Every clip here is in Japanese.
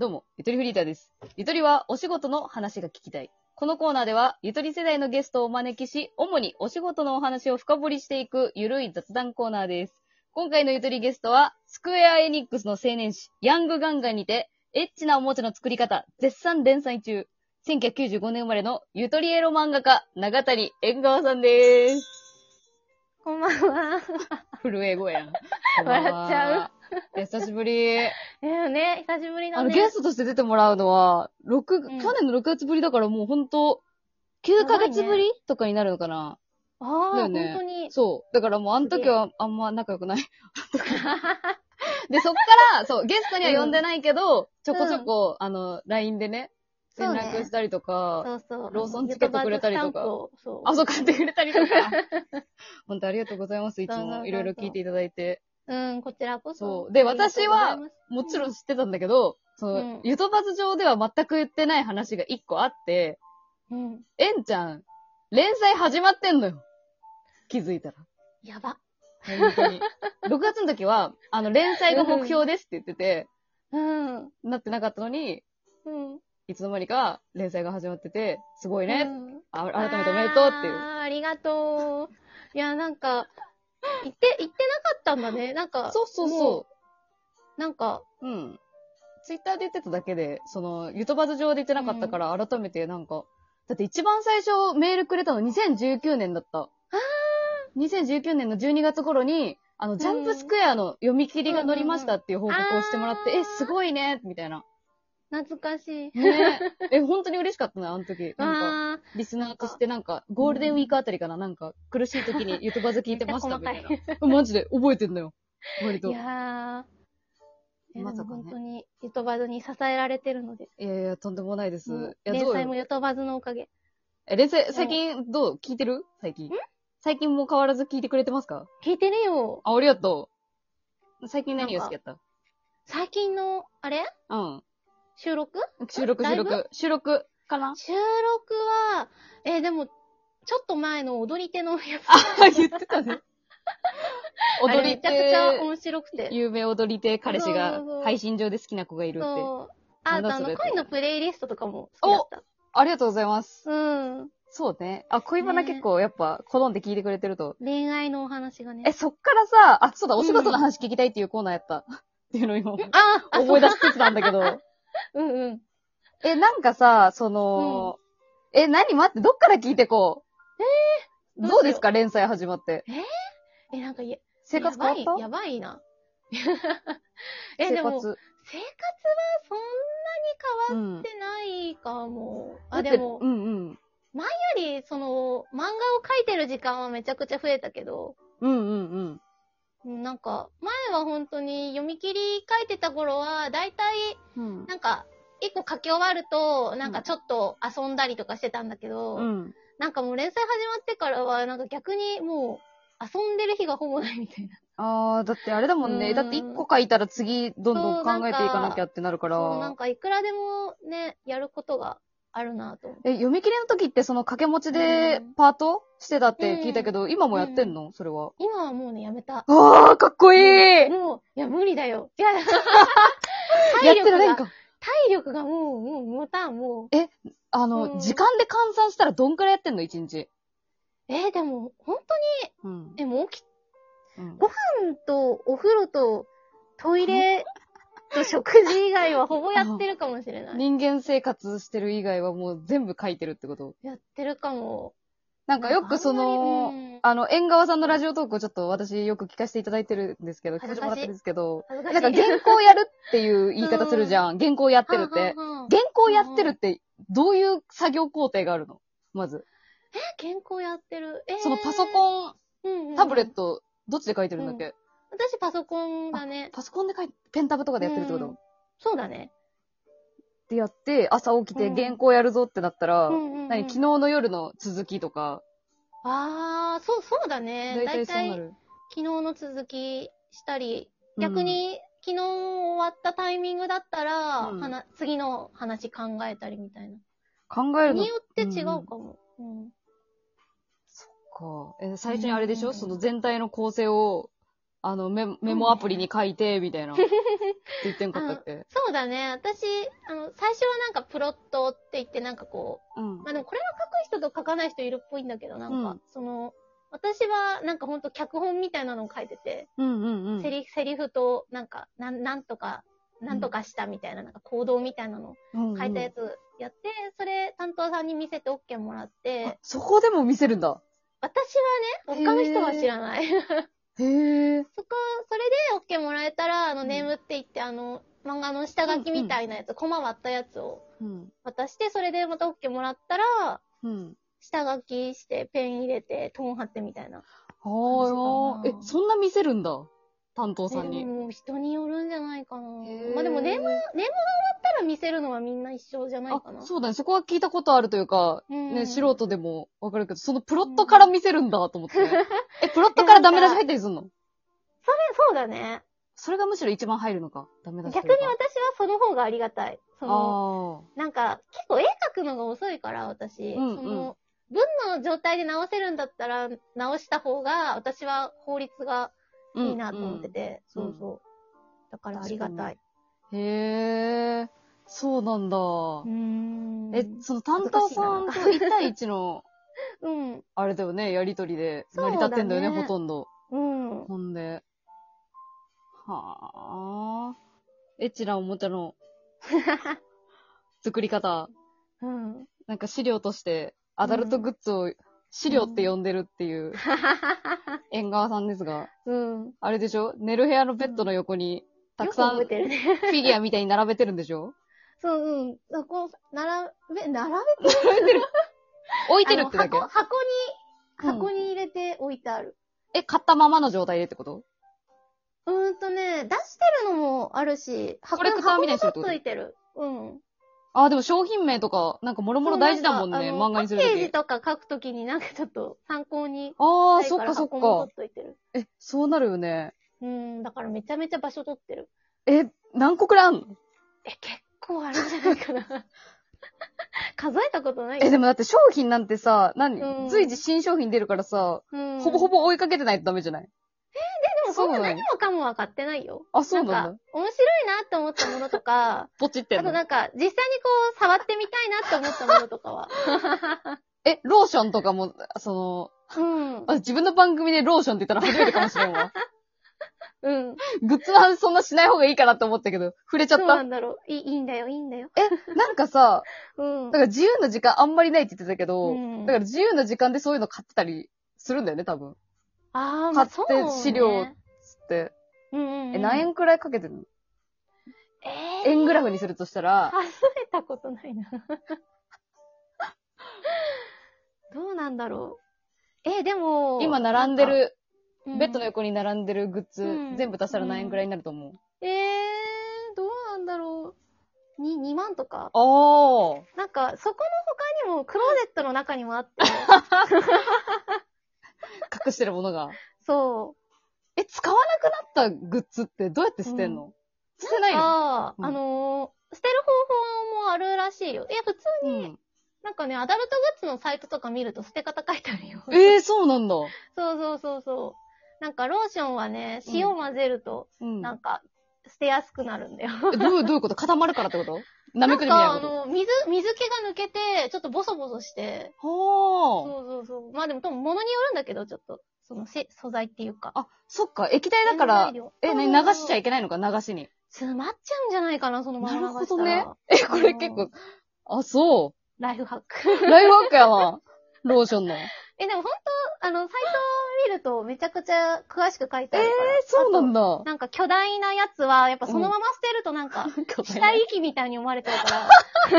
どうも、ゆとりフリーターです。ゆとりはお仕事の話が聞きたい。このコーナーでは、ゆとり世代のゲストをお招きし、主にお仕事のお話を深掘りしていくゆるい雑談コーナーです。今回のゆとりゲストは、スクエアエニックスの青年誌、ヤングガンガンにて、エッチなおもちゃの作り方、絶賛連載中。1995年生まれのゆとりエロ漫画家、長谷縁側さんです。 こんばんは。 震え声やん。 笑っちゃう。 久しぶり。 ね、久しぶりだね。 ゲストとして出てもらうのは、去年の6月ぶりだからもうほんと、9ヶ月ぶり、ね、とかになるのかな。 ああ、 だよね。 本当に。 そう。だからもうあの時はあんま仲良くない。で、そっから、そう、ゲストには呼んでないけど、ちょこちょこ、LINE でね、連絡したりとか、ローソンチケットくれたりとか、そう、買ってくれたりとか。本当ありがとうございます。いつもいろいろ聞いていただいて。 こちらこそ。 そう。で、私は、もちろん知ってたんだけど、ゆとばず上では全く言ってない話が一個あって、えんちゃん、連載始まってんのよ。気づいたら。 やば。 本当に。6月の時は、連載が目標ですって言ってて、なってなかったのに、いつの間にか連載が始まってて、すごいね。改めておめでとうっていう。 ありがとう。いや、なんか、言ってなかったんだね。なんか。 そう。 なんか。 ツイッターで言ってただけで、ゆとばず上で言ってなかったから、改めてなんか、だって一番最初メールくれたの2019年だった。2019年の12月頃に、ジャンプスクエアの読み切りが載りましたっていう報告をしてもらって、すごいねみたいな。 懐かしい。 ね本当に嬉しかったな、あの時。なんか、リスナーとしてなんか、ゴールデンウィークあたりかな、なんか、苦しい時にゆとばず聞いてましたみたいな。マジで覚えてんのよ。割と。 いやー。まさかね。本当に、ゆとばずに支えられてるので。 いや、とんでもないです。 連載もゆとばずのおかげ。 連載、最近どう聞いてる最近。最近も変わらず聞いてくれてますか？ 聞いてるよ。 ありがとう。最近何が好きやった？ 最近の、あれ？収録かな？収録は、でも、ちょっと前の踊り手のやつ。 言ってたね。 踊り手。めちゃくちゃ面白くて。 有名踊り手彼氏が配信上で好きな子がいるって。そう。 恋のプレイリストとかも好きだった。 ありがとうございます。そうね。恋バナ結構やっぱ好んで聞いてくれてると。 恋愛のお話がね。 そっからさ、そうだ、お仕事の話聞きたいっていうコーナーやった。っていうのを今、思い出してたんだけど。なんかさ、何待って、どっから聞いてこう。どうですか連載始まって。 なんか生活変わった？ やばいな。でも、生活はそんなに変わってないかも。でも、前より、漫画を描いてる時間はめちゃくちゃ増えたけど。なんか、前は本当に読み切り書いてた頃は、だいたい、なんか、一個書き終わると、なんかちょっと遊んだりとかしてたんだけど、なんかもう連載始まってからは、なんか逆にもう、遊んでる日がほぼないみたいな。 だってあれだもんね。だって一個書いたら次、どんどん考えていかなきゃってなるから。 なんかいくらでもね、やることがあるなと思って。 読み切りの時って掛け持ちでパートしてたって聞いたけど、今もやってんの？それは。 今はもうね、やめた。 かっこいい！ もう、いや、無理だよ。いや、 やってられんか。 体力がもう、持たん、もう。 時間で換算したらどんくらいやってんの？ 1 日。 でも、本当に、もうご飯とお風呂とトイレと食事以外はほぼやってるかもしれない。 人間生活してる以外はもう全部書いてるってこと？ やってるかも。 なんかよく縁側さんのラジオトークをちょっと私よく聞かせていただいてるんですけど、聞かせてもらってるんですけど、なんか原稿やるっていう言い方するじゃん。原稿やってるって。原稿やってるってどういう作業工程があるの？まず。 原稿やってる。 パソコン、タブレット、どっちで書いてるんだっけ？ 私パソコンだね。 パソコンでペンタブとかでやってるってこと？ そうだね。 ってやって、朝起きて原稿やるぞってなったら、昨日の夜の続きとか。 そうだね。 だいたいそうなる。 昨日の続きしたり、逆に昨日終わったタイミングだったら、次の話考えたりみたいな。 考えるの？ によって違うかも。 そっか。最初にあれでしょ？その全体の構成をメモアプリに書いて、みたいな。って言ってんかったっけ？ そうだね。私、最初はなんかプロットって言ってなんかこう、まあでもこれは書く人と書かない人いるっぽいんだけど、なんか、私はなんかほんと脚本みたいなのを書いてて、セリフとなんか、なんとかしたみたいな、なんか行動みたいなのを書いたやつやって、それ担当さんに見せて OK もらって。 そこでも見せるんだ。 私はね、他の人は知らない。それで OK もらえたら、ネームって言って、漫画の下書きみたいなやつ、コマ割ったやつを渡して、それでまた OK もらったら、下書きして、ペン入れて、トーン貼ってみたいな。 そんな見せるんだ。担当さんに。 もう人によるんじゃないかな。まあでもネームが終わったら見せるのはみんな一緒じゃないかな。 そうだね。そこは聞いたことあるというか、ね、素人でもわかるけど、そのプロットから見せるんだと思って。プロットからダメ出し入ったりすんの？ そうだね。 それがむしろ一番入るのか、ダメ出し。 逆に私はその方がありがたい。なんか、結構絵描くのが遅いから、私。文の状態で直せるんだったら、直した方が、私は法律がいいなと思ってて。そうそう。だからありがたい。 へー。そうなんだ。その担当さんと1対1の、あれだよね、やりとりで成り立ってんだよね、ほとんど。ほんで。はぁ。エッチなおもちゃの作り方。なんか資料として、アダルトグッズを資料って呼んでるっていう、縁側さんですが。あれでしょ？寝る部屋のベッドの横に、たくさんフィギュアみたいに並べてるんでしょ？ そう、こう、並べてる置いてるってだけ？ 箱に入れて置いてある。 買ったままの状態でってこと？ 出してるのもあるし、 コレクターみたいにするってこと？ 箱についてる。 でも商品名とか、なんかもろもろ大事だもんね、漫画にするとき。 パッケージとか書くときになんかちょっと参考に。 そっかそっか。そうなるよね。 だからめちゃめちゃ場所取ってる。 何個くらいあんの？ 結構あるんじゃないかな。数えたことないでもだって商品なんてさ、随時新商品出るからさ、ほぼほぼ追いかけてないとダメじゃない？ でもそんな何もかもは買ってないよ。 そうなんだ。 面白いなって思ったものとか、 ポチってんの？ あとなんか、実際にこう、触ってみたいなって思ったものとかは。 ローションとかも、自分の番組でローションって言ったら初めてかもしれんわ。グッズの話そんなしない方がいいかなって思ったけど、触れちゃった。 そうなんだろう。いいんだよ。 なんかさ、だから自由な時間あんまりないって言ってたけど、だから自由な時間でそういうの買ってたりするんだよね、多分。買って資料つって。何円くらいかけてるの？円グラフにするとしたら。 数えたことないな。どうなんだろう。でも。 今並んでる、ベッドの横に並んでるグッズ、全部足したら何円くらいになると思う？ どうなんだろう。2万とか。なんか、そこの他にも、クローゼットの中にもあって。 隠してるものが。 そう。 使わなくなったグッズってどうやって捨てんの？捨てないの？ 捨てる方法もあるらしいよ。普通に、なんかね、アダルトグッズのサイトとか見ると捨て方書いてあるよ。 そうなんだ。 そう。なんかローションはね、塩混ぜると、なんか、捨てやすくなるんだよ。 どういうこと？固まるからってこと？舐めくりみたいなこと？ 水気が抜けて、ちょっとボソボソして。そう。まあでも、物によるんだけど、ちょっと、素材っていうか。 そっか、液体だから、流しちゃいけないのか、流しに。 詰まっちゃうんじゃないかな、そのまま流したら。なるほどね。 これ結構、そう。 ライフハック。 ライフハックやな。ローションの。 でも本当、サイトを見るとめちゃくちゃ詳しく書いてあるから。 そうなんだ。 なんか巨大なやつは、やっぱそのまま捨てるとなんか、死体遺棄みたいに思われちゃうから。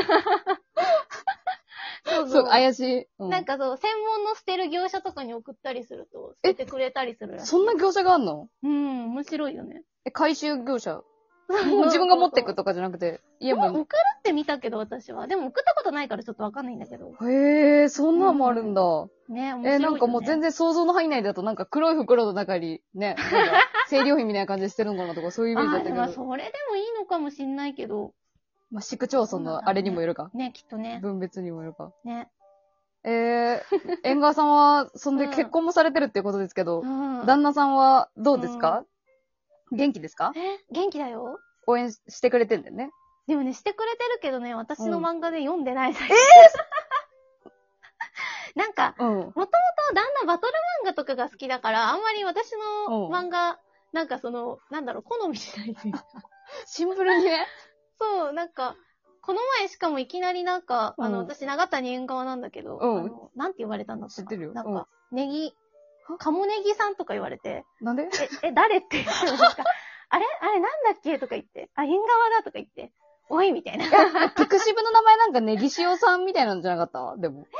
そう、 怪しい。 なんか専門の捨てる業者とかに送ったりすると、捨ててくれたりするらしい。 そんな業者があんの？ 面白いよね。 回収業者？自分が持ってくとかじゃなくて、 家も。送るって見たけど、私は。でも送ったことないからちょっとわかんないんだけど。 そんなんもあるんだ。 ね、面白いよね。 なんかもう全然想像の範囲内だとなんか黒い袋の中にね、清涼品みたいな感じでしてるのかなとかそういうイメージだったけど。 それでもいいのかもしんないけど。 市区町村のあれにもよるか。 ね、きっとね。 分別にもよるか。 ね。 縁側さんは、そんで結婚もされてるっていうことですけど、旦那さんはどうですか？ 元気ですか？ 元気だよ。 応援してくれてんだよね。 でもね、してくれてるけどね、私の漫画で読んでない最近。なんか、もともとだんだんバトル漫画とかが好きだから、あんまり私の漫画、なんか好みしないというか。 シンプルにね。 そう、なんか、この前しかもいきなりなんか、私長谷縁側なんだけど、なんて言われたんだったかな。 知ってるよ。 なんか、鴨ネギさんとか言われて。 なんで？ 誰って言って、なんか、あれなんだっけとか言って。縁側だとか言って。おいみたいな。 ピクシブの名前なんかネギ塩さんみたいなんじゃなかったでも。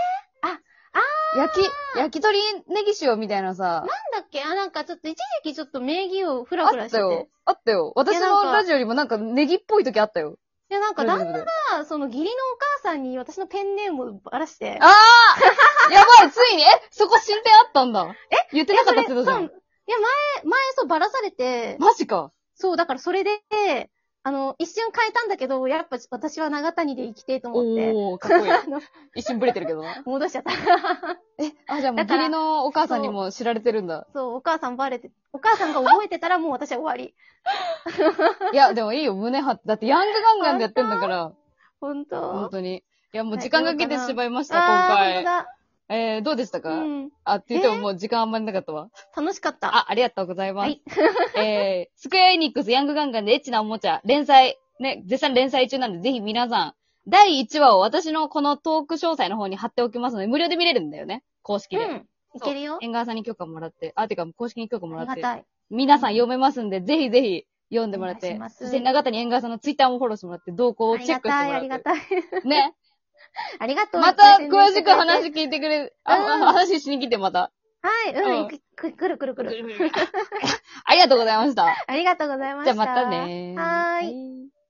焼き鳥ネギ塩みたいなさ。 なんだっけなんかちょっと一時期ちょっと名義をフラフラしてて。 あったよ。私のラジオよりもなんかネギっぽい時あったよ。 いやなんか旦那が、義理のお母さんに私のペンネームをばらして。 やばいついにそこ進展あったんだ。言ってなかったってことじゃん。いや、 前そうばらされて。 マジか。 そう、だからそれで、一瞬変えたんだけど、やっぱ私は長谷で生きてと思って。 かっこいい。一瞬ブレてるけどな。 戻しちゃった。 じゃあもう義理のお母さんにも知られてるんだ。 そう、お母さんが覚えてたらもう私は終わり。 いや、でもいいよ、胸張って。だってヤングガンガンでやってんだから。 本当に。いや、もう時間かけてしまいました、今回。 本当だ。 どうでしたか？って言ってももう時間あんまりなかったわ。 楽しかった。 ありがとうございます。スクエアエニックスヤングガンガンでエッチなおもちゃ、連載、ね、絶賛連載中なんで、ぜひ皆さん、第1話を私のこのトーク詳細の方に貼っておきますので、無料で見れるんだよね。公式で。 いけるよ。 縁側さんに許可もらって、てか公式に許可もらって。 ありがたい。 皆さん読めますんで、ぜひぜひ読んでもらって。そして長谷縁側さんのツイッターもフォローしてもらって、動向をチェックしてもらって。 ありがたい。 ね。 ありがとう。 また詳しく話聞いてくれ、話しに来てまた。 はい、くる。 ありがとうございました。 ありがとうございました。 じゃあまたね。 はーい。